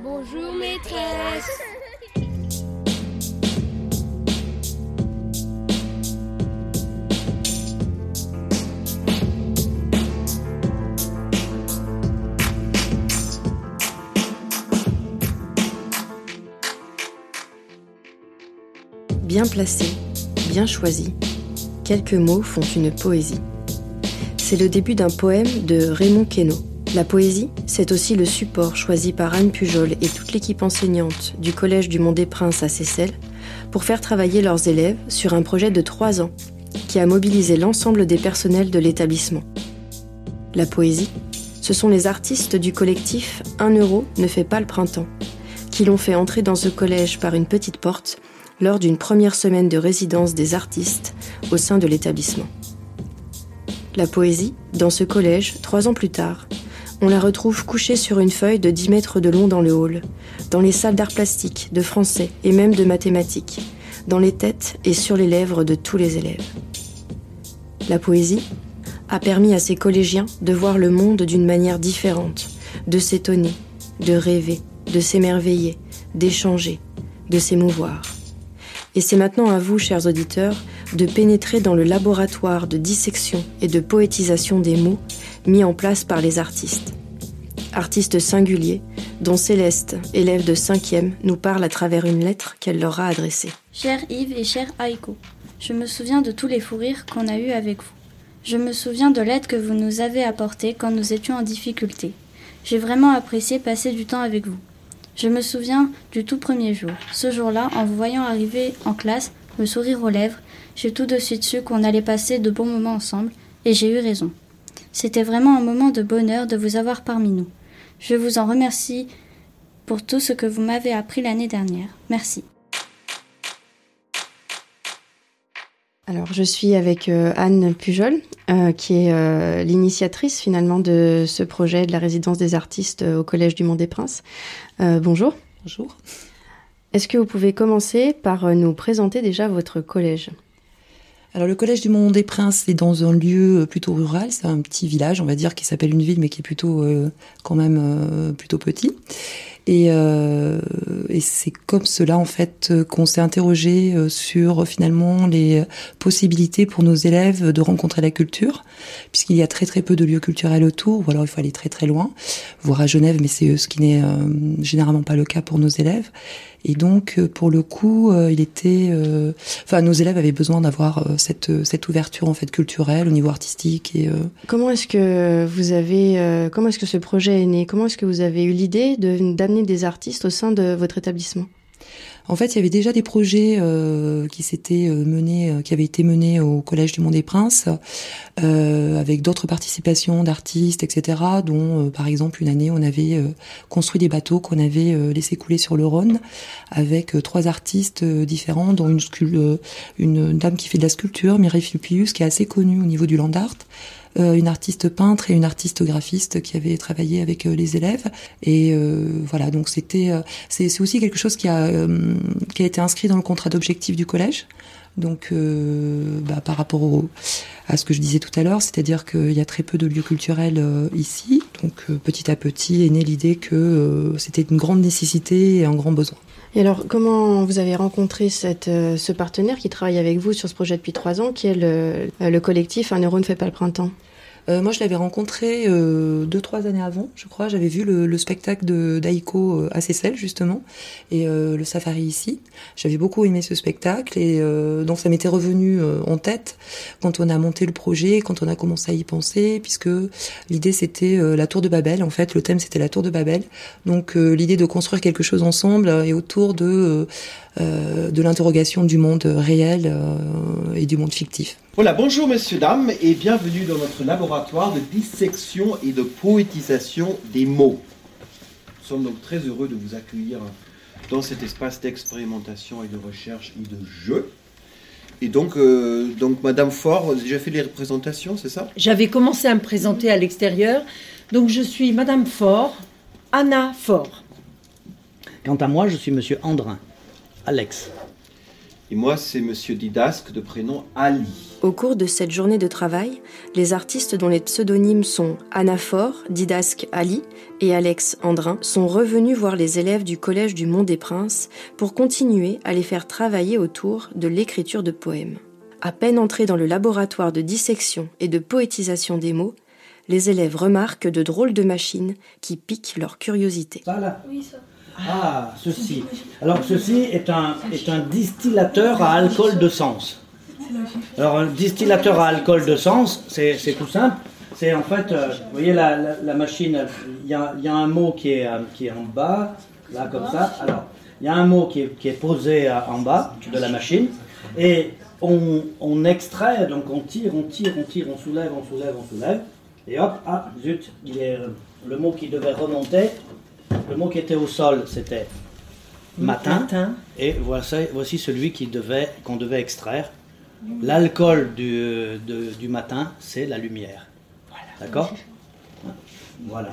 Bonjour maîtresse. Bien placé, bien choisi, quelques mots font une poésie. C'est le début d'un poème de Raymond Queneau. La poésie, c'est aussi le support choisi par Anne Pujol et toute l'équipe enseignante du Collège du Mont des Princes à Seyssel pour faire travailler leurs élèves sur un projet de 3 ans qui a mobilisé l'ensemble des personnels de l'établissement. La poésie, ce sont les artistes du collectif 1 euro ne fait pas le printemps, qui l'ont fait entrer dans ce collège par une petite porte lors d'une première semaine de résidence des artistes au sein de l'établissement. La poésie, dans ce collège, 3 ans plus tard, on la retrouve couchée sur une feuille de 10 mètres de long dans le hall, dans les salles d'art plastique, de français et même de mathématiques, dans les têtes et sur les lèvres de tous les élèves. La poésie a permis à ces collégiens de voir le monde d'une manière différente, de s'étonner, de rêver, de s'émerveiller, d'échanger, de s'émouvoir. Et c'est maintenant à vous, chers auditeurs, de pénétrer dans le laboratoire de dissection et de poétisation des mots mis en place par les artistes. Artistes singuliers, dont Céleste, élève de 5e, nous parle à travers une lettre qu'elle leur a adressée. Cher Yves et cher Aiko, je me souviens de tous les fous rires qu'on a eus avec vous. Je me souviens de l'aide que vous nous avez apportée quand nous étions en difficulté. J'ai vraiment apprécié passer du temps avec vous. Je me souviens du tout premier jour. Ce jour-là, en vous voyant arriver en classe, le sourire aux lèvres, j'ai tout de suite su qu'on allait passer de bons moments ensemble, et j'ai eu raison. C'était vraiment un moment de bonheur de vous avoir parmi nous. Je vous en remercie pour tout ce que vous m'avez appris l'année dernière. Merci. Alors, je suis avec Anne Pujol, qui est l'initiatrice finalement de ce projet de la résidence des artistes au Collège du Mont des Princes. Bonjour. Bonjour. Est-ce que vous pouvez commencer par nous présenter déjà votre collège ? Alors le Collège du Mont des Princes est dans un lieu plutôt rural, c'est un petit village, on va dire, qui s'appelle une ville, mais qui est plutôt quand même plutôt petit. Et c'est comme cela en fait qu'on s'est interrogé sur finalement les possibilités pour nos élèves de rencontrer la culture, puisqu'il y a très très peu de lieux culturels autour, ou alors il faut aller très très loin, voire à Genève, mais c'est ce qui n'est généralement pas le cas pour nos élèves. Et donc, pour le coup, nos élèves avaient besoin d'avoir cette ouverture en fait culturelle au niveau artistique. Et comment est-ce que ce projet est né ? Comment est-ce que vous avez eu l'idée d'amener des artistes au sein de votre établissement ? En fait, il y avait déjà des projets qui avaient été menés au Collège du Mont des Princes, avec d'autres participations d'artistes, etc. Dont, par exemple, une année, on avait construit des bateaux qu'on avait laissés couler sur le Rhône, avec 3 artistes différents, dont une dame qui fait de la sculpture, Mireille Fulpius, qui est assez connue au niveau du land art. Une artiste peintre et une artiste graphiste qui avaient travaillé avec les élèves, et voilà, donc c'est aussi quelque chose qui a été inscrit dans le contrat d'objectifs du collège, donc par rapport à ce que je disais tout à l'heure, c'est-à-dire qu'il y a très peu de lieux culturels ici, donc petit à petit est née l'idée que c'était une grande nécessité et un grand besoin. Et alors, comment vous avez rencontré ce partenaire qui travaille avec vous sur ce projet depuis 3 ans, qui est le collectif 1 euro ne fait pas le printemps ? Moi, je l'avais rencontré 2-3 années avant, je crois. J'avais vu le spectacle d'Aiko à Seyssel, justement, et le safari ici. J'avais beaucoup aimé ce spectacle, et donc ça m'était revenu en tête quand on a monté le projet, quand on a commencé à y penser, puisque l'idée c'était la tour de Babel. En fait, le thème c'était la tour de Babel. Donc l'idée de construire quelque chose ensemble et autour de l'interrogation du monde réel et du monde fictif. Voilà, bonjour messieurs, dames, et bienvenue dans notre laboratoire de dissection et de poétisation des mots. Nous sommes donc très heureux de vous accueillir dans cet espace d'expérimentation et de recherche et de jeu. Et donc Madame Faure, vous avez déjà fait les représentations, c'est ça ? J'avais commencé à me présenter à l'extérieur, donc je suis Madame Faure, Anna Faure. Quant à moi, je suis Monsieur Andrin, Alex. Et moi, c'est Monsieur Didasque, de prénom Ali. Au cours de cette journée de travail, les artistes dont les pseudonymes sont Anaphore, Didasque Ali et Alex Andrin sont revenus voir les élèves du Collège du Mont des Princes pour continuer à les faire travailler autour de l'écriture de poèmes. À peine entrés dans le laboratoire de dissection et de poétisation des mots, les élèves remarquent de drôles de machines qui piquent leur curiosité. Ça là. Oui, ça. Ah, ceci. Alors ceci est un distillateur à alcool de sens. Alors un distillateur à alcool de sens, c'est tout simple. C'est en fait, vous voyez la machine, il y a un mot qui est en bas, là comme ça. Alors, il y a un mot qui est posé en bas de la machine et on extrait, donc on tire, on soulève, et hop, ah zut, le mot qui devait remonter. Le mot qui était au sol, c'était matin. Et voici celui qu'on devait extraire. L'alcool du matin, c'est la lumière. D'accord ? Voilà.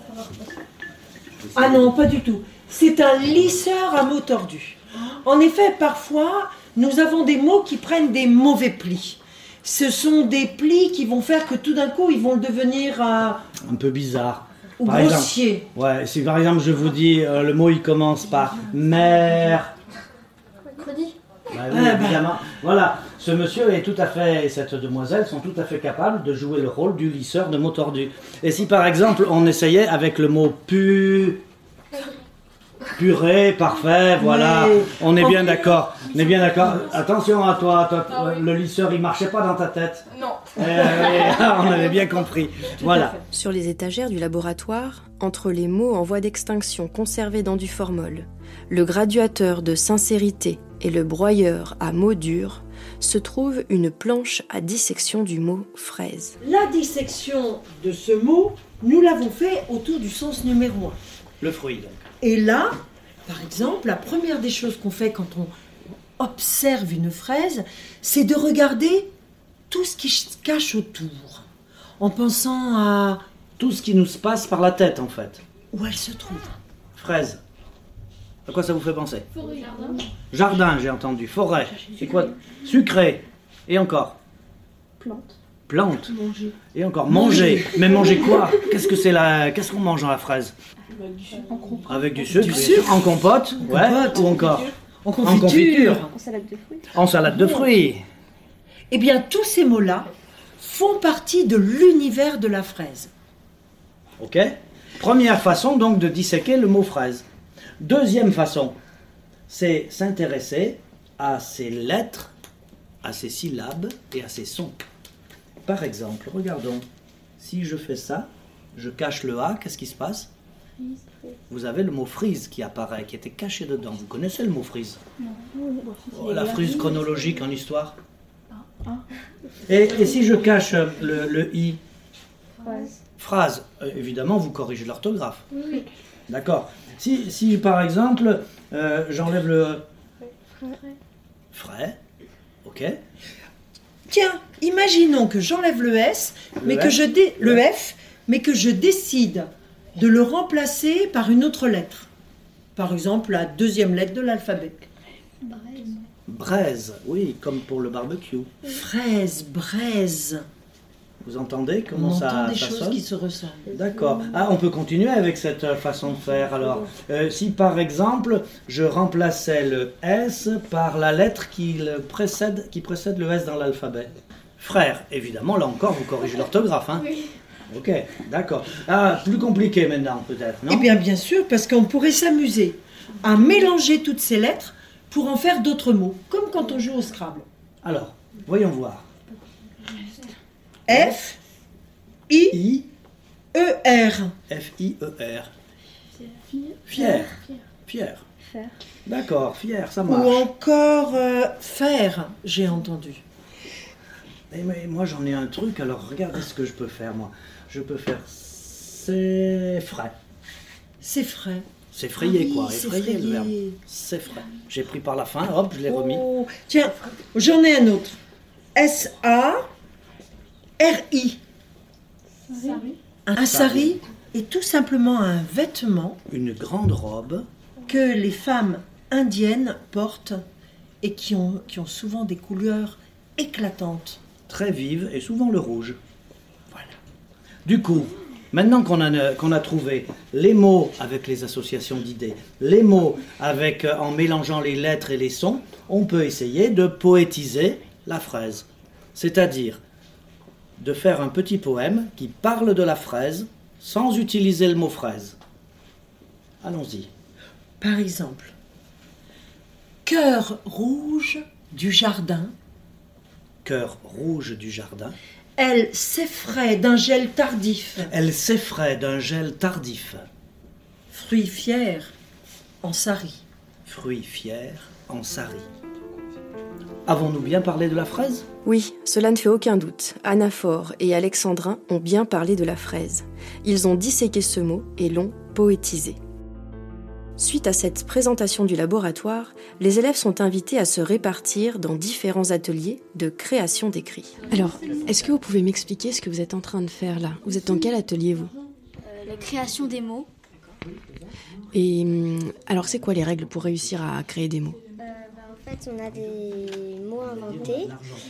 Ah non, pas du tout. C'est un lisseur à mots tordus. En effet, parfois, nous avons des mots qui prennent des mauvais plis. Ce sont des plis qui vont faire que tout d'un coup, ils vont devenir un peu bizarre. Ou par grossier. Exemple, ouais, si par exemple je vous dis le mot il commence par mère. Mercredi. Bah oui, évidemment. Voilà, ce monsieur et cette demoiselle sont tout à fait capables de jouer le rôle du lisseur de mots tordus. Et si par exemple on essayait avec le mot purée, parfait, voilà, oui. On est bien d'accord. Attention à toi, le lisseur il marchait pas dans ta tête. Non. On avait bien compris. Voilà. Sur les étagères du laboratoire, entre les mots en voie d'extinction conservés dans du formol, le graduateur de sincérité et le broyeur à mots durs, se trouve une planche à dissection du mot fraise. La dissection de ce mot, nous l'avons fait autour du sens numéro 1. Le fruit. Et là, par exemple, la première des choses qu'on fait quand on observe une fraise, c'est de regarder tout ce qui se cache autour, en pensant à... Tout ce qui nous passe par la tête, en fait. Où elle se trouve. Fraise. À quoi ça vous fait penser ? Forêt. Jardin, j'ai entendu. Forêt. C'est quoi ? Sucré. Et encore ? Plante. Manger. Et encore manger. Mais manger quoi ? Qu'est-ce qu'on mange dans la fraise ? Avec du sucre. En compote. Ouais. Ou encore en confiture. En salade de fruits. Eh bien, tous ces mots-là font partie de l'univers de la fraise. Ok. Première façon donc de disséquer le mot fraise. Deuxième façon, c'est s'intéresser à ses lettres, à ses syllabes et à ses sons. Par exemple, regardons, si je fais ça, je cache le A, qu'est-ce qui se passe ? Vous avez le mot frise qui apparaît, qui était caché dedans. Vous connaissez le mot frise ? Non. La frise chronologique en histoire ? Et si je cache le I ? Phrase. Évidemment, vous corrigez l'orthographe. Oui. D'accord. Si par exemple, j'enlève le... Frais. Ok. Tiens, imaginons que j'enlève le S, le F, mais que je décide de le remplacer par une autre lettre. Par exemple, la deuxième lettre de l'alphabet. Braise, oui, comme pour le barbecue. Fraise, braise. Vous entendez comment ça sonne ? On entend des choses qui se ressemblent. D'accord. Ah, on peut continuer avec cette façon de faire. Alors, si par exemple, je remplaçais le S par la lettre qui précède le S dans l'alphabet. Frère, évidemment, là encore, vous corrigez l'orthographe, hein ? Oui. Ok, d'accord. Ah, plus compliqué maintenant, peut-être, non ? Eh bien sûr, parce qu'on pourrait s'amuser à mélanger toutes ces lettres pour en faire d'autres mots, comme quand on joue au Scrabble. Alors, voyons voir. F, I, E, R. F-I-E-R. Fier. Fier. D'accord, fier, ça Ou marche. encore faire, j'ai entendu. Mais moi, j'en ai un truc, alors regardez ce que je peux faire, moi. Je peux faire c'est frais. C'est frais. C'est frayé, oui, quoi. C'est Effrayé, frayé. le verbe. C'est frais. J'ai pris par la fin, hop, je l'ai remis. Oh. Tiens, j'en ai un autre. S-A-R-I. Un sari est tout simplement un vêtement Une grande robe. que les femmes indiennes portent et qui ont souvent des couleurs éclatantes. Très vives et souvent le rouge. Voilà. Du coup, maintenant qu'on a trouvé les mots avec les associations d'idées, les mots en mélangeant les lettres et les sons, on peut essayer de poétiser la fraise. C'est-à-dire de faire un petit poème qui parle de la fraise sans utiliser le mot fraise. Allons-y. Par exemple, cœur rouge du jardin. Cœur rouge du jardin. Elle s'effraie d'un gel tardif. Elle s'effraie d'un gel tardif. Fruit fier en sari. Fruit fier en sari. Avons-nous bien parlé de la fraise ? Oui, cela ne fait aucun doute. Anaphore et Alexandrin ont bien parlé de la fraise. Ils ont disséqué ce mot et l'ont poétisé. Suite à cette présentation du laboratoire, les élèves sont invités à se répartir dans différents ateliers de création d'écrits. Alors, est-ce que vous pouvez m'expliquer ce que vous êtes en train de faire là ? Vous êtes dans quel atelier, vous ? La création des mots. Et alors, c'est quoi les règles pour réussir à créer des mots ? En fait, on a des mots inventés.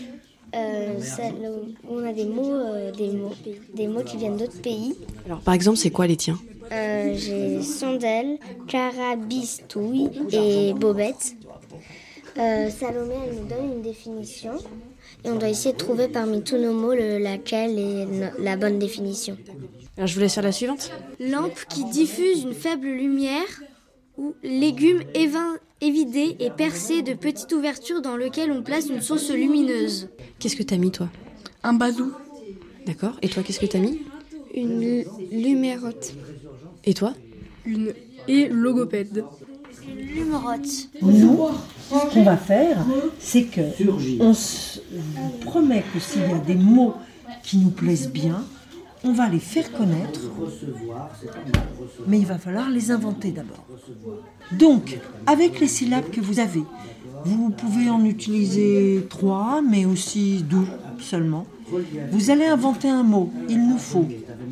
On a des mots qui viennent d'autres pays. Alors, par exemple, c'est quoi les tiens ? J'ai sondelle, carabistouille et bobette. Salomé, elle nous donne une définition et on doit essayer de trouver parmi tous nos mots laquelle est la bonne définition. Alors, je vous laisse faire la suivante. Lampe qui diffuse une faible lumière ou légumes évidés et percés de petites ouvertures dans lesquelles on place une source lumineuse. Qu'est-ce que t'as mis, toi ? Un bazou. D'accord. Et toi, qu'est-ce que t'as mis ? Une lumérote. Et toi ? Une logopède. Une lumerote. Nous, ce qu'on va faire, c'est que on vous promet que s'il y a des mots qui nous plaisent bien, on va les faire connaître, mais il va falloir les inventer d'abord. Donc, avec les syllabes que vous avez, vous pouvez en utiliser 3, mais aussi 2 seulement. Vous allez inventer un mot. Il nous faut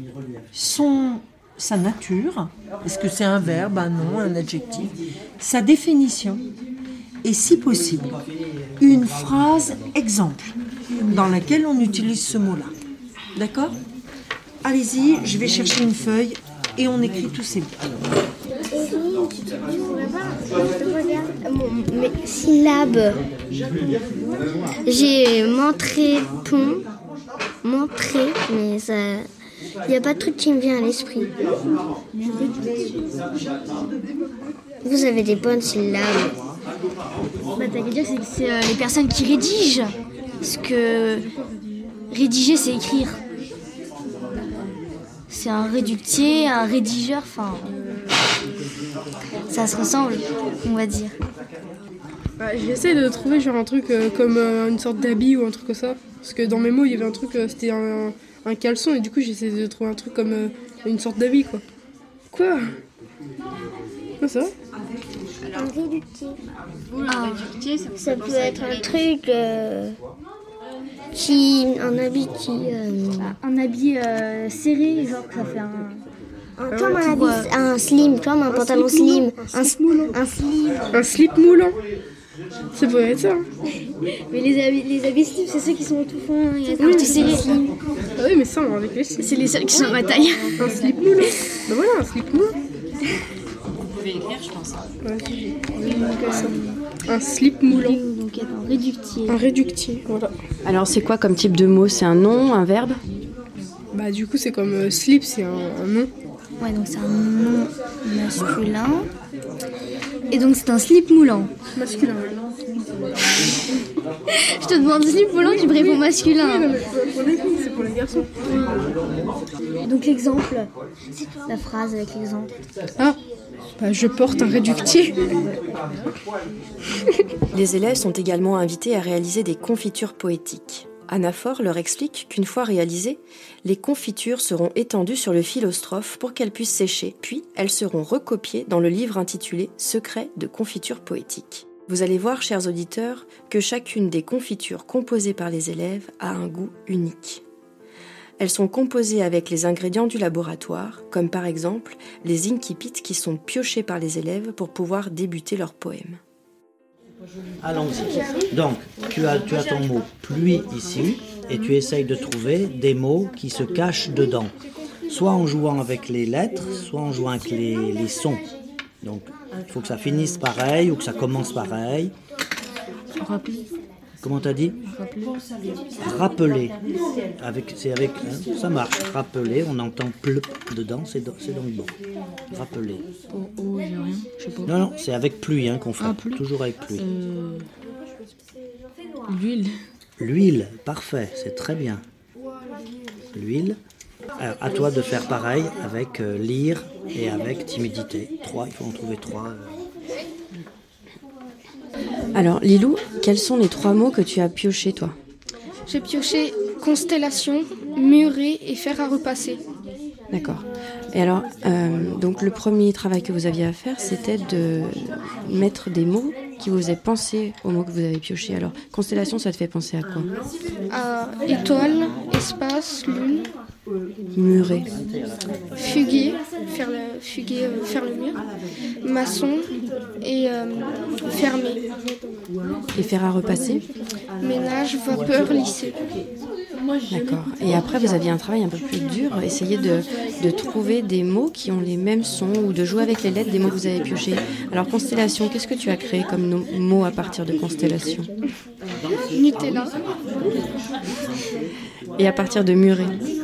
sa nature, est-ce que c'est un verbe, un nom, un adjectif, sa définition, et si possible, une phrase exemple dans laquelle on utilise ce mot-là. D'accord ? Allez-y, je vais chercher une feuille et on écrit tous ces mots. Mes syllabes. J'ai montré, mais ça... Il n'y a pas de truc qui me vient à l'esprit. Vous avez des bonnes syllabes. T'as qu'à dire que c'est les personnes qui rédigent. Parce que rédiger, c'est écrire. C'est un réductier, un rédigeur, enfin... ça se ressemble, on va dire. J'essaie de trouver genre un truc comme une sorte d'habit ou un truc comme ça. Parce que dans mes mots, il y avait un truc, c'était un caleçon, et du coup, j'essaie de trouver un truc comme une sorte d'habit, quoi. Quoi ? Quoi ça ? Un réductier. Ça peut être un truc un habit qui... Un habit serré, genre que ça fait comme un habit, un slim, comme un pantalon slim. Un slip moulant. Un slip moulant. Ça pourrait être ça. Mais les habits slim, c'est ceux qui sont tout fins, il y a des petits serrés. Ah oui, mais ça, avec les slips. C'est les seuls qui sont à ma taille. Un slip moulant. Ben voilà, un slip moulant. Vous pouvez écrire, je pense. Un slip moulant. Donc un réductier. Un réductier, voilà. Alors, c'est quoi comme type de mot ? C'est un nom, un verbe ? Bah du coup, c'est comme slip, c'est un nom. Ouais, donc c'est un nom masculin. Et donc c'est un slip moulant. Masculin. Je te demande slip moulant, tu me réponds masculin. Oui, non, mais pour les filles, c'est pour les garçons. Donc l'exemple, la phrase avec l'exemple. Ah, bah je porte un réductier. Les élèves sont également invités à réaliser des confitures poétiques. Anaphore leur explique qu'une fois réalisées, les confitures seront étendues sur le philostrophe pour qu'elles puissent sécher, puis elles seront recopiées dans le livre intitulé « Secrets de confitures poétiques ». Vous allez voir, chers auditeurs, que chacune des confitures composées par les élèves a un goût unique. Elles sont composées avec les ingrédients du laboratoire, comme par exemple les incipits qui sont piochés par les élèves pour pouvoir débuter leur poème. Allons-y. Donc, tu as ton mot pluie ici, et tu essayes de trouver des mots qui se cachent dedans. Soit en jouant avec les lettres, soit en jouant avec les sons. Donc, il faut que ça finisse pareil ou que ça commence pareil. Rappeler. Comment t'as dit ? Rappeler. Ça marche. Rappeler, on entend pleup dedans, c'est donc bon. Rappeler. Oh, j'ai rien, je sais pas. Non, c'est avec pluie qu'on fait. Pluie. Toujours avec pluie. L'huile. L'huile, parfait, c'est très bien. L'huile. Alors, à toi de faire pareil avec lire et avec timidité. 3, il faut en trouver 3. Alors, Lilou, quels sont les 3 mots que tu as piochés, toi ? J'ai pioché constellation, muret et fer à repasser. D'accord. Et alors, donc le premier travail que vous aviez à faire, c'était de mettre des mots qui vous faisaient penser aux mots que vous avez piochés. Alors, constellation, ça te fait penser à quoi ? À étoile, espace, lune. Muret. Fuguier, faire le mur. Maçon et fermer. Et fer à repasser ? Ménage, vapeur, lycée. D'accord. Et après, vous aviez un travail un peu plus dur, essayer de trouver des mots qui ont les mêmes sons ou de jouer avec les lettres des mots que vous avez piochés. Alors, constellation, qu'est-ce que tu as créé comme mots à partir de constellation ? Nutella. Et à partir de muret ?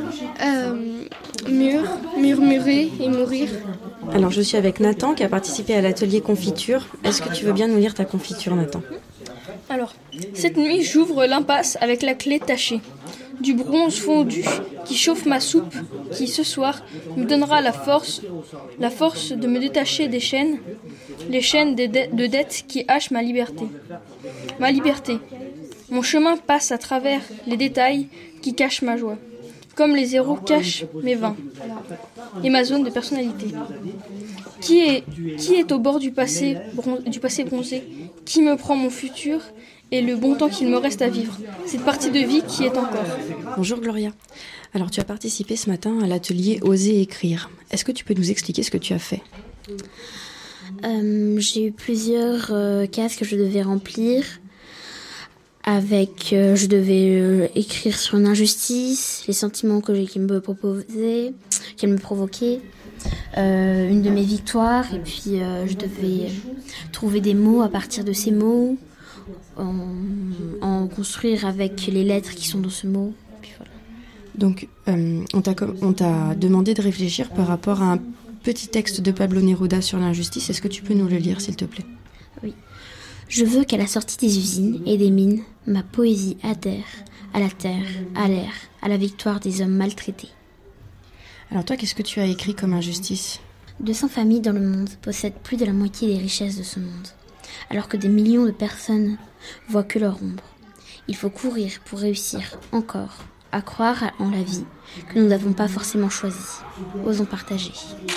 Murmurer et mourir. Alors, je suis avec Nathan qui a participé à l'atelier confiture. Est-ce que tu veux bien nous lire ta confiture, Nathan ? Alors, cette nuit, j'ouvre l'impasse avec la clé tachée. Du bronze fondu qui chauffe ma soupe, qui, ce soir, me donnera la force de me détacher des chaînes, les chaînes de dettes qui hachent ma liberté. Ma liberté. Mon chemin passe à travers les détails qui cachent ma joie, comme les zéros cachent mes vins et ma zone de personnalité. Qui est au bord du passé bronzé? Qui me prend mon futur et le bon temps qu'il me reste à vivre? Cette partie de vie qui est encore. Bonjour Gloria. Alors tu as participé ce matin à l'atelier Oser écrire. Est-ce que tu peux nous expliquer ce que tu as fait ? J'ai eu plusieurs cases que je devais remplir. Je devais écrire sur une injustice, les sentiments qu'elle me proposait, qu'elle me provoquait, une de mes victoires, et puis je devais trouver des mots à partir de ces mots, en construire avec les lettres qui sont dans ce mot. Puis voilà. Donc, on t'a demandé de réfléchir par rapport à un petit texte de Pablo Neruda sur l'injustice. Est-ce que tu peux nous le lire, s'il te plaît ? Oui. Je veux qu'à la sortie des usines et des mines, ma poésie adhère à la terre, à l'air, à la victoire des hommes maltraités. Alors toi, qu'est-ce que tu as écrit comme injustice ? 200 familles dans le monde possèdent plus de la moitié des richesses de ce monde, alors que des millions de personnes voient que leur ombre. Il faut courir pour réussir encore, à croire en la vie que nous n'avons pas forcément choisie. Osons partager.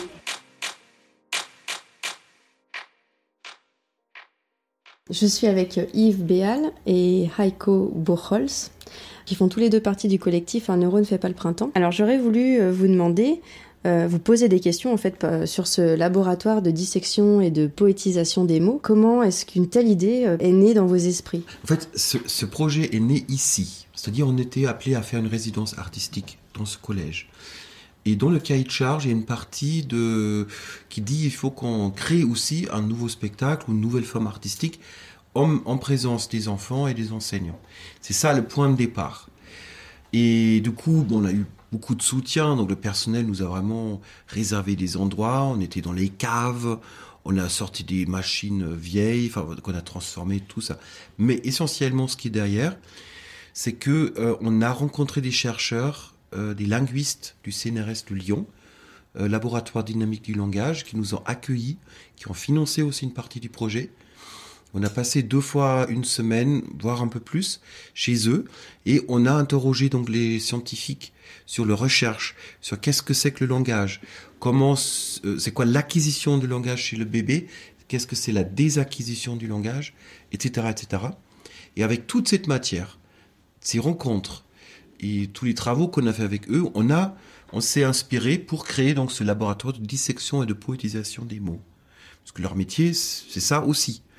Je suis avec Yves Béal et Heiko Buchholz, qui font tous les deux partie du collectif Un euro ne fait pas le printemps. Alors j'aurais voulu vous demander, vous poser des questions en fait sur ce laboratoire de dissection et de poétisation des mots. Comment est-ce qu'une telle idée est née dans vos esprits ? En fait, ce projet est né ici. C'est-à-dire on était appelé à faire une résidence artistique dans ce collège. Et dans le cahier de charge, il y a une partie qui dit qu'il faut qu'on crée aussi un nouveau spectacle ou une nouvelle forme artistique en présence des enfants et des enseignants. C'est ça le point de départ. Et du coup, on a eu beaucoup de soutien, donc le personnel nous a vraiment réservé des endroits, on était dans les caves, on a sorti des machines vieilles, qu'on a transformé, tout ça. Mais essentiellement, ce qui est derrière, c'est qu'on a rencontré des chercheurs, des linguistes du CNRS de Lyon, laboratoire dynamique du langage, qui nous ont accueillis, qui ont financé aussi une partie du projet. On a passé 2 fois une semaine, voire un peu plus, chez eux, et on a interrogé donc les scientifiques sur leur recherche, sur qu'est-ce que c'est que le langage, c'est quoi l'acquisition du langage chez le bébé, qu'est-ce que c'est la désacquisition du langage, etc., etc. Et avec toute cette matière, ces rencontres et tous les travaux qu'on a fait avec eux, on s'est inspiré pour créer donc ce laboratoire de dissection et de poétisation des mots. Parce que leur métier, c'est ça aussi. Sauf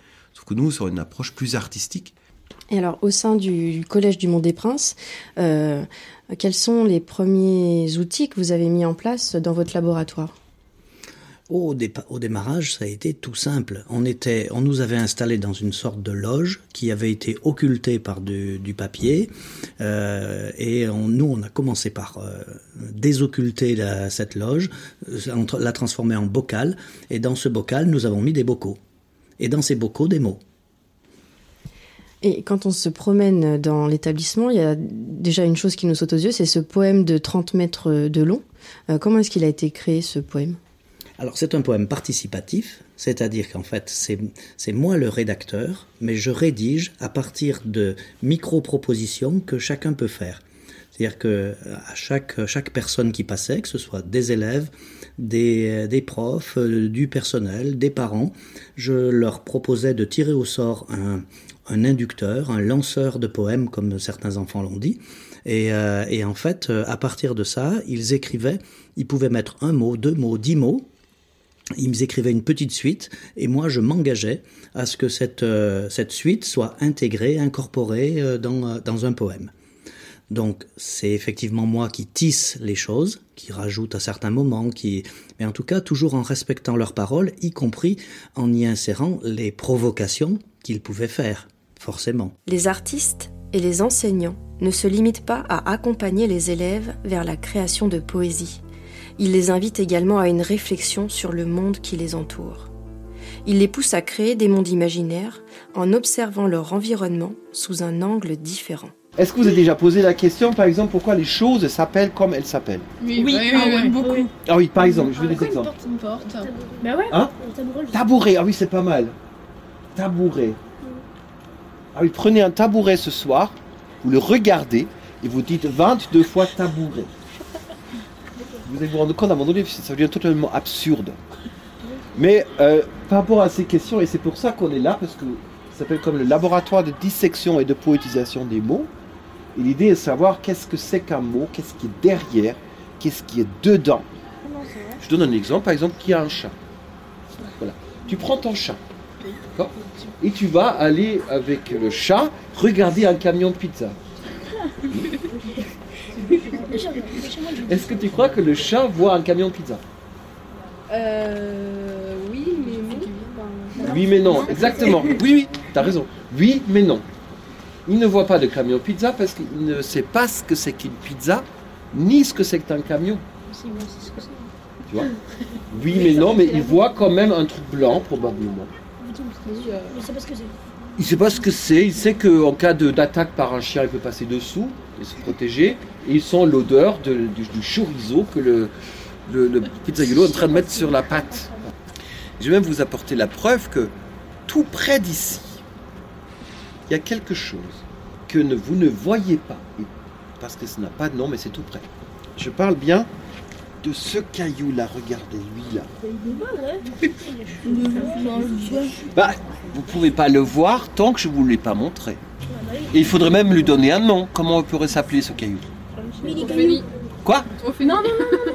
que nous, sur une approche plus artistique. Et alors, au sein du Collège du Mont des Princes, quels sont les premiers outils que vous avez mis en place dans votre laboratoire ? Au démarrage, ça a été tout simple. On nous avait installés dans une sorte de loge qui avait été occultée par du papier, et on a commencé par désocculter cette loge, la transformer en bocal, et dans ce bocal, nous avons mis des bocaux. Et dans ces bocaux, des mots. Et quand on se promène dans l'établissement, il y a déjà une chose qui nous saute aux yeux, c'est ce poème de 30 mètres de long. Comment est-ce qu'il a été créé, ce poème ? Alors c'est un poème participatif, c'est-à-dire qu'en fait c'est moi le rédacteur, mais je rédige à partir de micro-propositions que chacun peut faire. C'est-à-dire que à chaque personne qui passait, que ce soit des élèves, des profs, du personnel, des parents, je leur proposais de tirer au sort un inducteur, un lanceur de poèmes, comme certains enfants l'ont dit. Et en fait, à partir de ça, ils écrivaient, ils pouvaient mettre 1 mot, 2 mots, 10 mots. Ils écrivaient une petite suite, et moi je m'engageais à ce que cette suite soit intégrée, incorporée dans un poème. Donc c'est effectivement moi qui tisse les choses, qui rajoute à certains moments, mais en tout cas toujours en respectant leurs paroles, y compris en y insérant les provocations qu'ils pouvaient faire, forcément. Les artistes et les enseignants ne se limitent pas à accompagner les élèves vers la création de poésie. Ils les invitent également à une réflexion sur le monde qui les entoure. Ils les poussent à créer des mondes imaginaires en observant leur environnement sous un angle différent. Est-ce que vous avez déjà posé la question, par exemple, pourquoi les choses s'appellent comme elles s'appellent ? Oui, beaucoup. Ah oui, par exemple, je veux des exemples. Une porte. Bah ouais. Hein ? Tabouret, ah oui, c'est pas mal. Tabouret. Ah oui, prenez un tabouret ce soir, vous le regardez et vous dites 22 fois tabouret. Vous allez vous rendre compte à un moment donné, ça devient totalement absurde. Mais par rapport à ces questions, et c'est pour ça qu'on est là, parce que ça s'appelle comme le laboratoire de dissection et de poétisation des mots. Et l'idée est de savoir qu'est-ce que c'est qu'un mot, qu'est-ce qui est derrière, qu'est-ce qui est dedans. Je donne un exemple, par exemple, qui a un chat. Voilà. Tu prends ton chat, d'accord ? Et tu vas aller avec le chat regarder un camion de pizza. Est-ce que tu crois que le chat voit un camion de pizza ? Oui, mais non. Oui, mais non, exactement. Oui, t'as raison. Oui, mais non. Il ne voit pas de camion de pizza parce qu'il ne sait pas ce que c'est qu'une pizza, ni ce que c'est qu'un camion. Tu vois ? Oui, mais non, mais il voit quand même un truc blanc, probablement. Il sait pas ce que c'est. Il sait pas ce que c'est, il sait qu'en cas d'attaque par un chien, il peut passer dessous et se protéger. Et il sent l'odeur du chorizo que le pizzaiolo est en train de mettre sur la pâte. Je vais même vous apporter la preuve que tout près d'ici, il y a quelque chose que vous ne voyez pas, parce que ça n'a pas de nom, mais c'est tout près. Je parle bien de ce caillou-là, regardez-lui là. Vous pouvez pas le voir tant que je vous l'ai pas montré. Et il faudrait même lui donner un nom. Comment on pourrait s'appeler ce caillou ? Ophélie. Quoi ? Non. Ophélie ?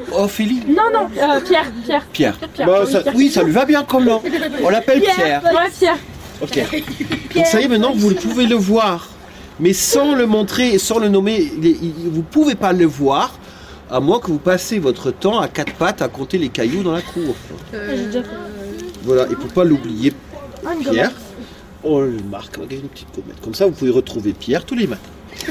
Non, Pierre. Bah, oui, ça lui va bien comme nom. On l'appelle Pierre. Ouais, Pierre. Ok. Donc ça y est, maintenant vous pouvez le voir. Mais sans le montrer et sans le nommer, vous ne pouvez pas le voir, à moins que vous passez votre temps à 4 pattes à compter les cailloux dans la cour. Voilà, et pour ne pas l'oublier, Pierre, on le marque avec une petite gommette. Comme ça, vous pouvez retrouver Pierre tous les matins.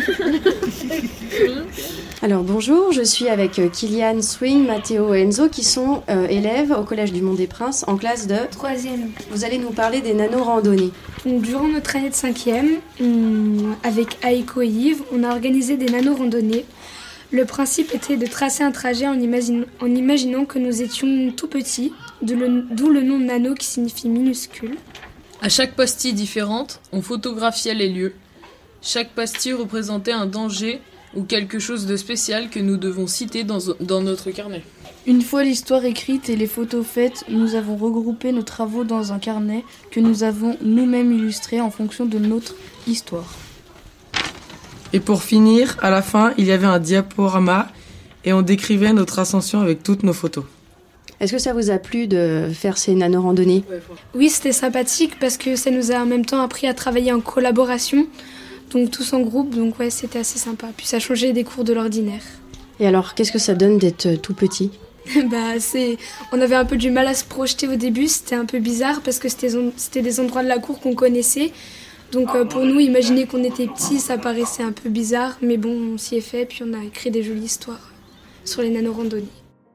Alors bonjour, je suis avec Kylian, Swing, Mathéo et Enzo qui sont élèves au Collège du Mont des Princes en classe de 3e. Vous allez nous parler des nano-randonnées. Durant notre année de 5e, avec Aiko et Yves, on a organisé des nano-randonnées. Le principe était de tracer un trajet en imaginant que nous étions tout petits, d'où le nom de nano qui signifie minuscule. À chaque pastille différente, on photographiait les lieux. Chaque pastille représentait un danger ou quelque chose de spécial que nous devons citer dans notre carnet. Une fois l'histoire écrite et les photos faites, nous avons regroupé nos travaux dans un carnet que nous avons nous-mêmes illustré en fonction de notre histoire. Et pour finir, à la fin, il y avait un diaporama et on décrivait notre ascension avec toutes nos photos. Est-ce que ça vous a plu de faire ces nano-randonnées ? Oui, c'était sympathique parce que ça nous a en même temps appris à travailler en collaboration, donc tous en groupe, donc ouais, c'était assez sympa. Puis ça changeait des cours de l'ordinaire. Et alors, qu'est-ce que ça donne d'être tout petit ? On avait un peu du mal à se projeter au début, c'était un peu bizarre parce que c'était des endroits de la cour qu'on connaissait. Donc pour nous, imaginer qu'on était petits, ça paraissait un peu bizarre, mais bon, on s'y est fait, puis on a écrit des jolies histoires sur les nano-randonnées.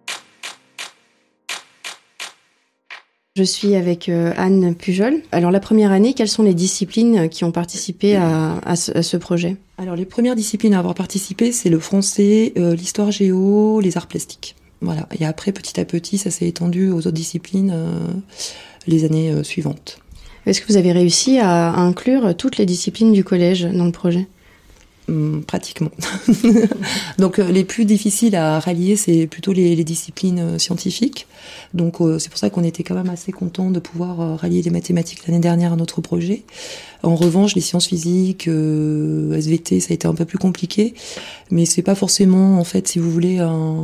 Je suis avec Anne Pujol. Alors la première année, quelles sont les disciplines qui ont participé à ce projet ? Alors les premières disciplines à avoir participé, c'est le français, l'histoire géo, les arts plastiques. Voilà. Et après, petit à petit, ça s'est étendu aux autres disciplines les années suivantes. Est-ce que vous avez réussi à inclure toutes les disciplines du collège dans le projet ? Pratiquement. Donc les plus difficiles à rallier, c'est plutôt les disciplines scientifiques. Donc c'est pour ça qu'on était quand même assez contents de pouvoir rallier les mathématiques l'année dernière à notre projet. En revanche, les sciences physiques, SVT, ça a été un peu plus compliqué, mais c'est pas forcément, en fait, si vous voulez,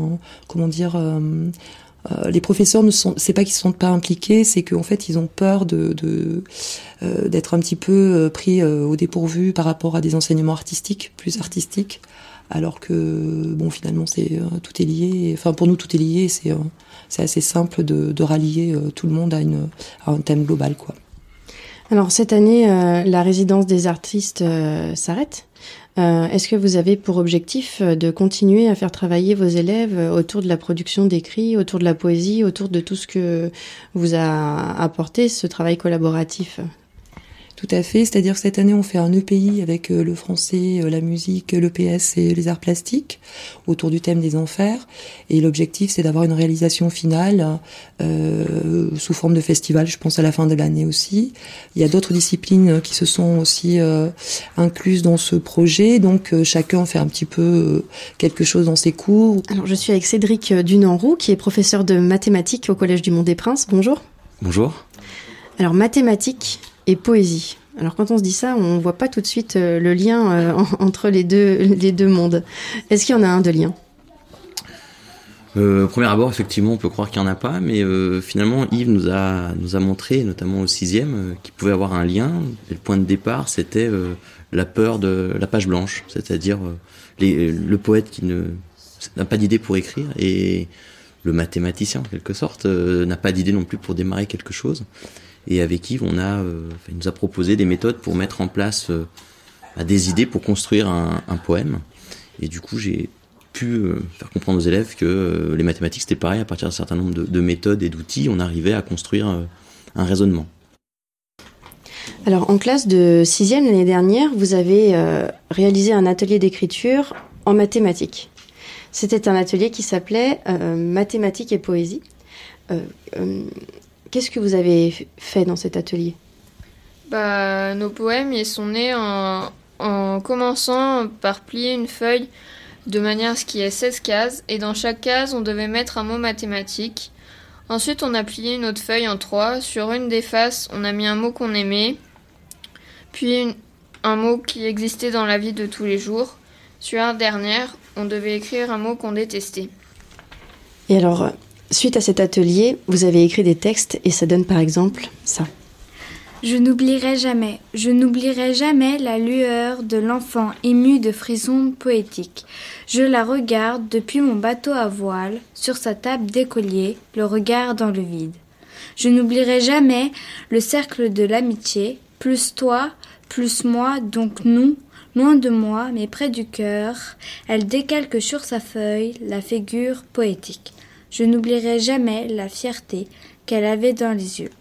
les professeurs c'est pas qu'ils se sentent pas impliqués, c'est qu'en fait ils ont peur d'être un petit peu pris au dépourvu par rapport à des enseignements plus artistiques, alors que bon finalement tout est lié. Enfin pour nous tout est lié. C'est assez simple de rallier tout le monde à un thème global quoi. Alors cette année, la résidence des artistes s'arrête. Est-ce que vous avez pour objectif de continuer à faire travailler vos élèves autour de la production d'écrits, autour de la poésie, autour de tout ce que vous a apporté ce travail collaboratif ? Tout à fait, c'est-à-dire que cette année on fait un EPI avec le français, la musique, l'EPS et les arts plastiques autour du thème des enfers, et l'objectif c'est d'avoir une réalisation finale sous forme de festival, je pense à la fin de l'année aussi. Il y a d'autres disciplines qui se sont aussi incluses dans ce projet, donc chacun fait un petit peu quelque chose dans ses cours. Alors je suis avec Cédric Dunanroux qui est professeur de mathématiques au Collège du Mont-des-Princes, bonjour. Bonjour. Alors mathématiques et poésie. Alors quand on se dit ça, on voit pas tout de suite le lien entre les deux mondes. Est-ce qu'il y en a un de lien ? Au premier abord, effectivement, on peut croire qu'il n'y en a pas, mais finalement, Yves nous a montré, notamment au 6e, qu'il pouvait avoir un lien. Et le point de départ, c'était la peur de la page blanche, c'est-à-dire le poète qui n'a pas d'idée pour écrire et le mathématicien, en quelque sorte, n'a pas d'idée non plus pour démarrer quelque chose. Et avec Yves, il nous a proposé des méthodes pour mettre en place des idées pour construire un poème. Et du coup, j'ai pu faire comprendre aux élèves que les mathématiques, c'était pareil. À partir d'un certain nombre de méthodes et d'outils, on arrivait à construire un raisonnement. Alors, en classe de 6e l'année dernière, vous avez réalisé un atelier d'écriture en mathématiques. C'était un atelier qui s'appelait Mathématiques et poésie. Qu'est-ce que vous avez fait dans cet atelier ? Nos poèmes, ils sont nés en commençant par plier une feuille de manière à ce qu'il y ait 16 cases. Et dans chaque case, on devait mettre un mot mathématique. Ensuite, on a plié une autre feuille en 3. Sur une des faces, on a mis un mot qu'on aimait. Puis un mot qui existait dans la vie de tous les jours. Sur la dernière, on devait écrire un mot qu'on détestait. Et alors, suite à cet atelier, vous avez écrit des textes et ça donne par exemple ça. Je n'oublierai jamais la lueur de l'enfant ému de frissons poétiques. Je la regarde depuis mon bateau à voile, sur sa table d'écolier, le regard dans le vide. Je n'oublierai jamais le cercle de l'amitié, plus toi, plus moi, donc nous, loin de moi, mais près du cœur. Elle décalque sur sa feuille la figure poétique. Je n'oublierai jamais la fierté qu'elle avait dans les yeux.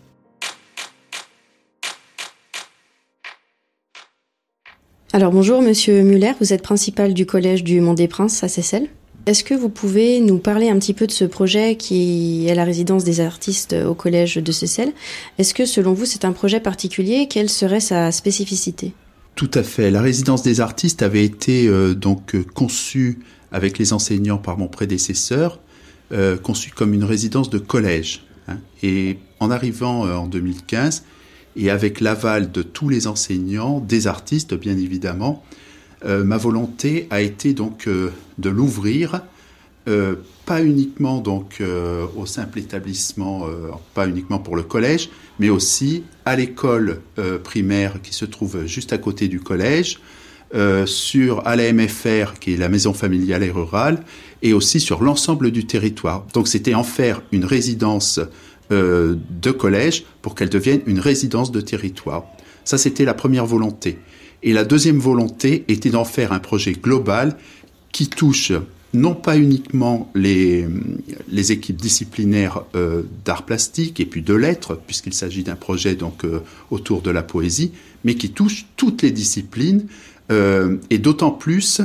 Alors bonjour Monsieur Muller, vous êtes principal du collège du Mont-des-Princes à Seyssel. Est-ce que vous pouvez nous parler un petit peu de ce projet qui est la résidence des artistes au collège de Seyssel ? Est-ce que selon vous c'est un projet particulier ? Quelle serait sa spécificité ? Tout à fait. La résidence des artistes avait été conçue avec les enseignants par mon prédécesseur, conçue comme une résidence de collège. Et en arrivant en 2015, et avec l'aval de tous les enseignants, des artistes bien évidemment, ma volonté a été donc de l'ouvrir pas uniquement donc au simple établissement, pas uniquement pour le collège, mais aussi à l'école primaire qui se trouve juste à côté du collège, à la MFR qui est la maison familiale et rurale, et aussi sur l'ensemble du territoire. Donc c'était en faire une résidence de collège pour qu'elle devienne une résidence de territoire. Ça, c'était la première volonté. Et la deuxième volonté était d'en faire un projet global qui touche non pas uniquement les équipes disciplinaires d'art plastique et puis de lettres, puisqu'il s'agit d'un projet donc autour de la poésie, mais qui touche toutes les disciplines, et d'autant plus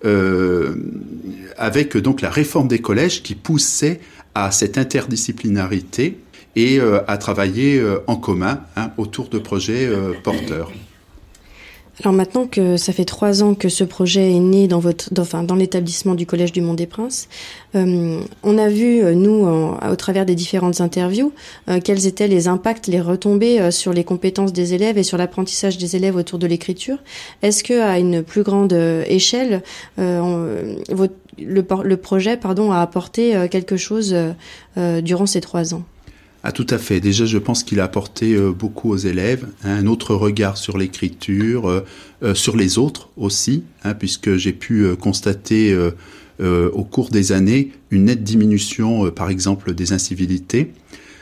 avec donc la réforme des collèges qui poussait à cette interdisciplinarité et à travailler en commun autour de projets porteurs. Alors maintenant que ça fait 3 ans que ce projet est né dans l'établissement du Collège du Mont-des-Princes, on a vu, nous, au travers des différentes interviews, quels étaient les impacts, les retombées sur les compétences des élèves et sur l'apprentissage des élèves autour de l'écriture. Est-ce qu'à une plus grande échelle, le projet a apporté quelque chose durant ces 3 ans ? Ah, tout à fait. Déjà, je pense qu'il a apporté beaucoup aux élèves, un autre regard sur l'écriture, sur les autres aussi, puisque j'ai pu constater au cours des années une nette diminution, par exemple, des incivilités.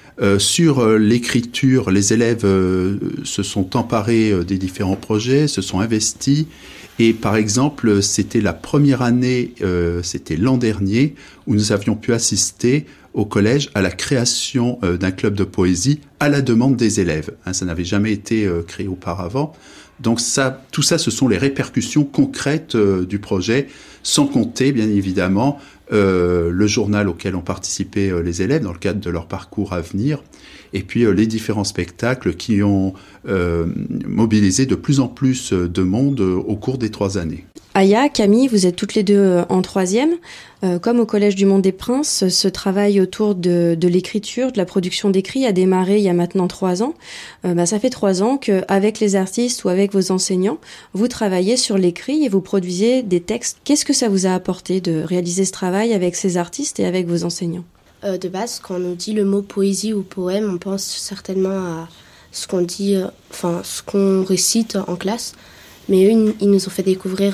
Sur l'écriture, les élèves se sont emparés des différents projets, se sont investis. Et par exemple, c'était la première année, c'était l'an dernier, où nous avions pu assister au collège à la création d'un club de poésie à la demande des élèves. Ça n'avait jamais été créé auparavant. Donc tout ça, ce sont les répercussions concrètes du projet, sans compter, bien évidemment, le journal auquel ont participé les élèves dans le cadre de leur parcours à venir, et puis les différents spectacles qui ont mobilisé de plus en plus de monde au cours des 3 années. Aya, Camille, vous êtes toutes les deux en 3e. Comme au Collège du Mont-des-Princes, ce travail autour de l'écriture, de la production d'écrits a démarré il y a maintenant 3 ans. Ça fait 3 ans qu'avec les artistes ou avec vos enseignants, vous travaillez sur l'écrit et vous produisez des textes. Qu'est-ce que ça vous a apporté de réaliser ce travail avec ces artistes et avec vos enseignants ? De base, quand on dit le mot poésie ou poème, on pense certainement à ce qu'on dit, ce qu'on récite en classe. Mais eux, ils nous ont fait découvrir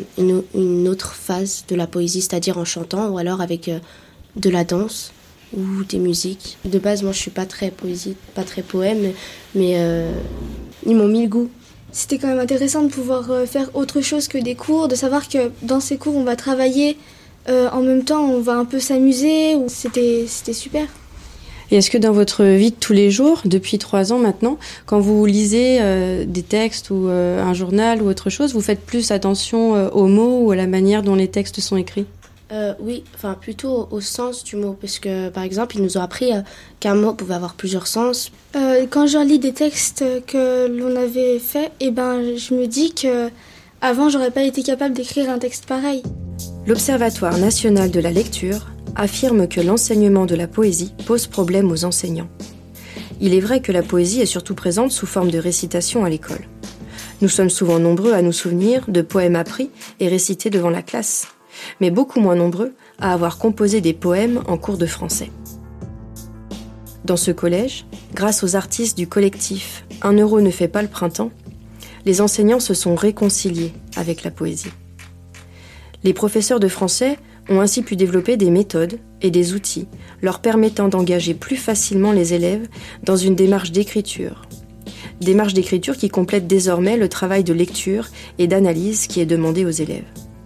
une autre phase de la poésie, c'est-à-dire en chantant ou alors avec de la danse ou des musiques. De base, moi, je suis pas très poésie, pas très poème, mais ils m'ont mis le goût. C'était quand même intéressant de pouvoir faire autre chose que des cours, de savoir que dans ces cours, on va travailler, en même temps, on va un peu s'amuser. C'était super. Et est-ce que dans votre vie de tous les jours, depuis 3 ans maintenant, quand vous lisez des textes ou un journal ou autre chose, vous faites plus attention aux mots ou à la manière dont les textes sont écrits ? Oui, plutôt au sens du mot, parce que par exemple, ils nous ont appris qu'un mot pouvait avoir plusieurs sens. Quand je lis des textes que l'on avait faits, je me dis que avant, j'aurais pas été capable d'écrire un texte pareil. L'Observatoire national de la lecture affirme que l'enseignement de la poésie pose problème aux enseignants. Il est vrai que la poésie est surtout présente sous forme de récitation à l'école. Nous sommes souvent nombreux à nous souvenir de poèmes appris et récités devant la classe, mais beaucoup moins nombreux à avoir composé des poèmes en cours de français. Dans ce collège, grâce aux artistes du collectif 1 euro ne fait pas le printemps, les enseignants se sont réconciliés avec la poésie. Les professeurs de français ont ainsi pu développer des méthodes et des outils leur permettant d'engager plus facilement les élèves dans une démarche d'écriture. Démarche d'écriture qui complète désormais le travail de lecture et d'analyse qui est demandé aux élèves.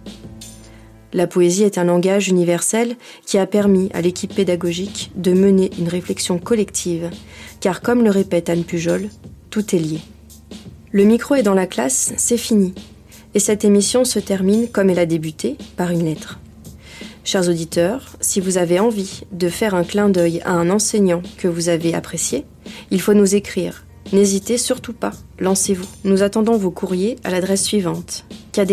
La poésie est un langage universel qui a permis à l'équipe pédagogique de mener une réflexion collective, car comme le répète Anne Pujol, tout est lié. Le micro est dans la classe, c'est fini. Et cette émission se termine comme elle a débuté, par une lettre. Chers auditeurs, si vous avez envie de faire un clin d'œil à un enseignant que vous avez apprécié, il faut nous écrire. N'hésitez surtout pas, lancez-vous. Nous attendons vos courriers à l'adresse suivante,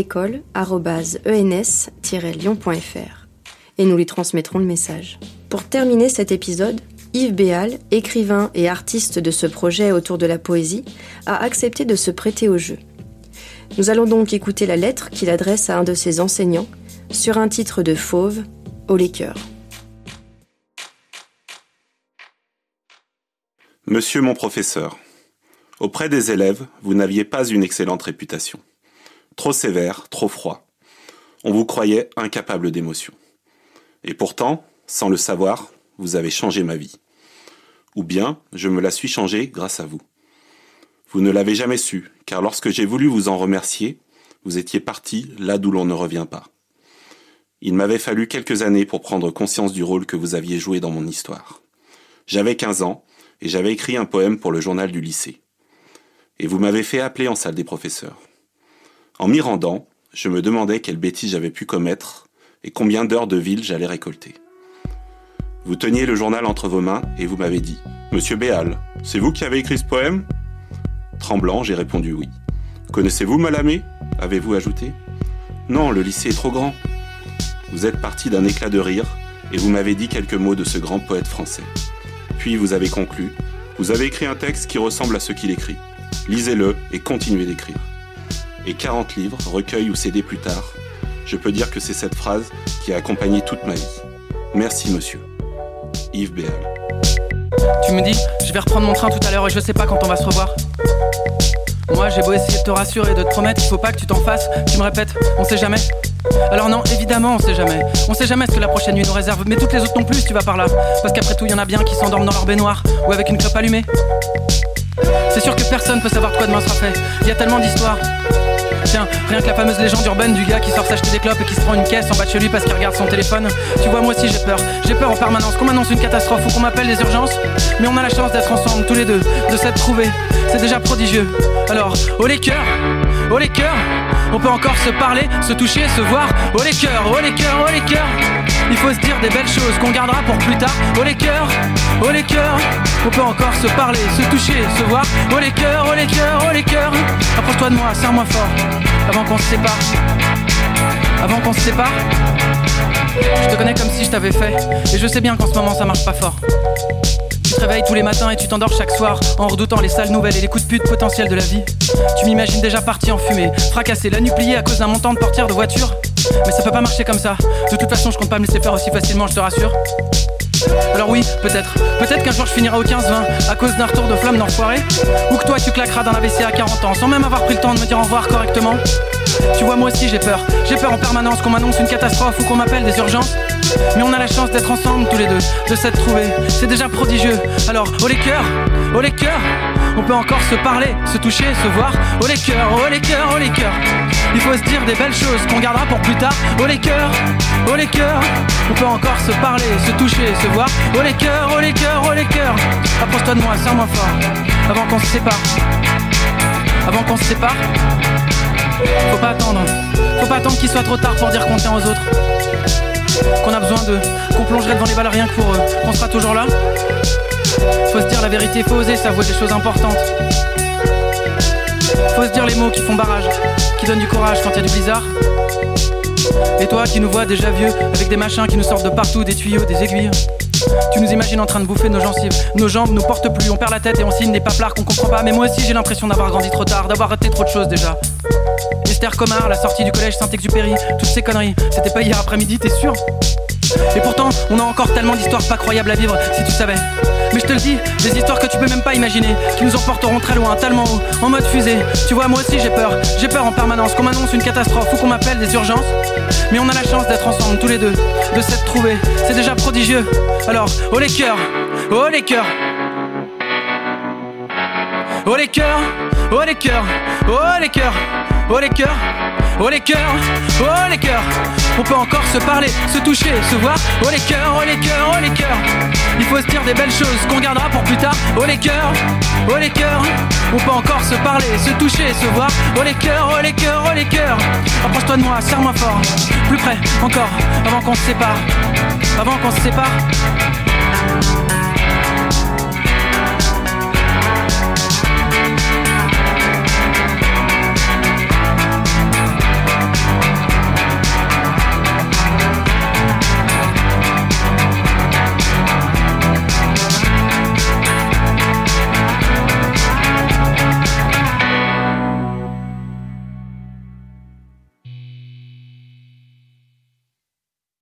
cadécole@ens-lyon.fr, et nous lui transmettrons le message. Pour terminer cet épisode, Yves Béal, écrivain et artiste de ce projet autour de la poésie, a accepté de se prêter au jeu. Nous allons donc écouter la lettre qu'il adresse à un de ses enseignants, sur un titre de Fauve, haut les cœurs. Monsieur mon professeur, auprès des élèves, vous n'aviez pas une excellente réputation. Trop sévère, trop froid. On vous croyait incapable d'émotion. Et pourtant, sans le savoir, vous avez changé ma vie. Ou bien, je me la suis changée grâce à vous. Vous ne l'avez jamais su, car lorsque j'ai voulu vous en remercier, vous étiez parti là d'où l'on ne revient pas. Il m'avait fallu quelques années pour prendre conscience du rôle que vous aviez joué dans mon histoire. J'avais 15 ans, et j'avais écrit un poème pour le journal du lycée. Et vous m'avez fait appeler en salle des professeurs. En m'y rendant, je me demandais quelle bêtise j'avais pu commettre et combien d'heures de ville j'allais récolter. Vous teniez le journal entre vos mains et vous m'avez dit « Monsieur Béal, c'est vous qui avez écrit ce poème ?» Tremblant, j'ai répondu oui. « Connaissez-vous Malamé ?» avez-vous ajouté. « Non, le lycée est trop grand. » Vous êtes parti d'un éclat de rire et vous m'avez dit quelques mots de ce grand poète français. Puis vous avez conclu « Vous avez écrit un texte qui ressemble à ce qu'il écrit. Lisez-le et continuez d'écrire. » Et 40 livres, recueils ou CD plus tard, je peux dire que c'est cette phrase qui a accompagné toute ma vie. Merci monsieur. Yves Béal. Tu me dis, je vais reprendre mon train tout à l'heure et je sais pas quand on va se revoir. Moi j'ai beau essayer de te rassurer, de te promettre, il faut pas que tu t'en fasses. Tu me répètes, on sait jamais. Alors non, évidemment on sait jamais. On sait jamais ce que la prochaine nuit nous réserve. Mais toutes les autres non plus si tu vas par là. Parce qu'après tout y en a bien qui s'endorment dans leur baignoire ou avec une clope allumée. C'est sûr que personne peut savoir de quoi demain sera fait. Il y a tellement d'histoires. Tiens, rien que la fameuse légende urbaine du gars qui sort s'acheter des clopes et qui se prend une caisse en bas de chez lui parce qu'il regarde son téléphone. Tu vois, moi aussi j'ai peur. J'ai peur en permanence qu'on m'annonce une catastrophe ou qu'on m'appelle des urgences. Mais on a la chance d'être ensemble tous les deux, de s'être trouvés. C'est déjà prodigieux. Alors, oh les cœurs, oh les cœurs. On peut encore se parler, se toucher, se voir. Oh les cœurs, oh les cœurs, oh les cœurs. Il faut se dire des belles choses qu'on gardera pour plus tard. Oh les cœurs, oh les cœurs. On peut encore se parler, se toucher, se voir. Oh les cœurs, oh les cœurs, oh les cœurs. Approche-toi de moi, serre-moi fort. Avant qu'on se sépare. Avant qu'on se sépare. Je te connais comme si je t'avais fait. Et je sais bien qu'en ce moment ça marche pas fort. Tu te réveilles tous les matins et tu t'endors chaque soir en redoutant les sales nouvelles et les coups de pute potentiels de la vie. Tu m'imagines déjà parti en fumée, fracassé, la nuit pliée à cause d'un montant de portière de voiture. Mais ça peut pas marcher comme ça. De toute façon je compte pas me laisser faire aussi facilement, je te rassure. Alors oui, peut-être qu'un jour je finirai au 15-20 à cause d'un retour de flamme d'enfoiré. Ou que toi tu claqueras dans la WC à 40 ans sans même avoir pris le temps de me dire au revoir correctement. Tu vois, moi aussi j'ai peur en permanence qu'on m'annonce une catastrophe ou qu'on m'appelle des urgences. Mais on a la chance d'être ensemble tous les deux, de s'être trouvés, c'est déjà prodigieux. Alors, oh les cœurs, on peut encore se parler, se toucher, se voir. Oh les cœurs, oh les cœurs, oh les cœurs. Il faut se dire des belles choses qu'on gardera pour plus tard. Oh les cœurs, on peut encore se parler, se toucher, se voir. Oh les cœurs, oh les cœurs, oh les cœurs. Approche-toi de moi, serre-moi fort, avant qu'on se sépare. Avant qu'on se sépare. Faut pas attendre qu'il soit trop tard pour dire qu'on tient aux autres. Qu'on a besoin d'eux, qu'on plongerait devant les balles rien que pour eux, qu'on sera toujours là. Faut se dire la vérité, faut oser s'avouer des choses importantes. Faut se dire les mots qui font barrage, qui donnent du courage quand il y a du blizzard. Et toi qui nous vois déjà vieux, avec des machins qui nous sortent de partout, des tuyaux, des aiguilles. Tu nous imagines en train de bouffer nos gencives. Nos jambes nous portent plus, on perd la tête et on signe des paplards qu'on comprend pas. Mais moi aussi j'ai l'impression d'avoir grandi trop tard, d'avoir raté trop de choses déjà. Esther Comard, la sortie du collège Saint-Exupéry, toutes ces conneries, c'était pas hier après-midi, t'es sûr? Et pourtant, on a encore tellement d'histoires pas croyables à vivre, si tu savais. Mais je te le dis, des histoires que tu peux même pas imaginer, qui nous emporteront très loin, tellement haut, en mode fusée. Tu vois, moi aussi j'ai peur en permanence qu'on m'annonce une catastrophe ou qu'on m'appelle des urgences. Mais on a la chance d'être ensemble tous les deux, de s'être trouvés, c'est déjà prodigieux. Alors, oh les cœurs, oh les cœurs. Oh les cœurs, oh les cœurs, oh les cœurs, oh les cœurs, oh les cœurs, oh les cœurs. On peut encore se parler, se toucher, se voir. Oh les cœurs, oh les cœurs, oh les cœurs. Il faut se dire des belles choses qu'on gardera pour plus tard. Oh les cœurs, oh les cœurs. On peut encore se parler, se toucher, se voir. Oh les cœurs, oh les cœurs, oh les cœurs. Approche-toi de moi, serre-moi fort. Plus près, encore, avant qu'on se sépare. Avant qu'on se sépare.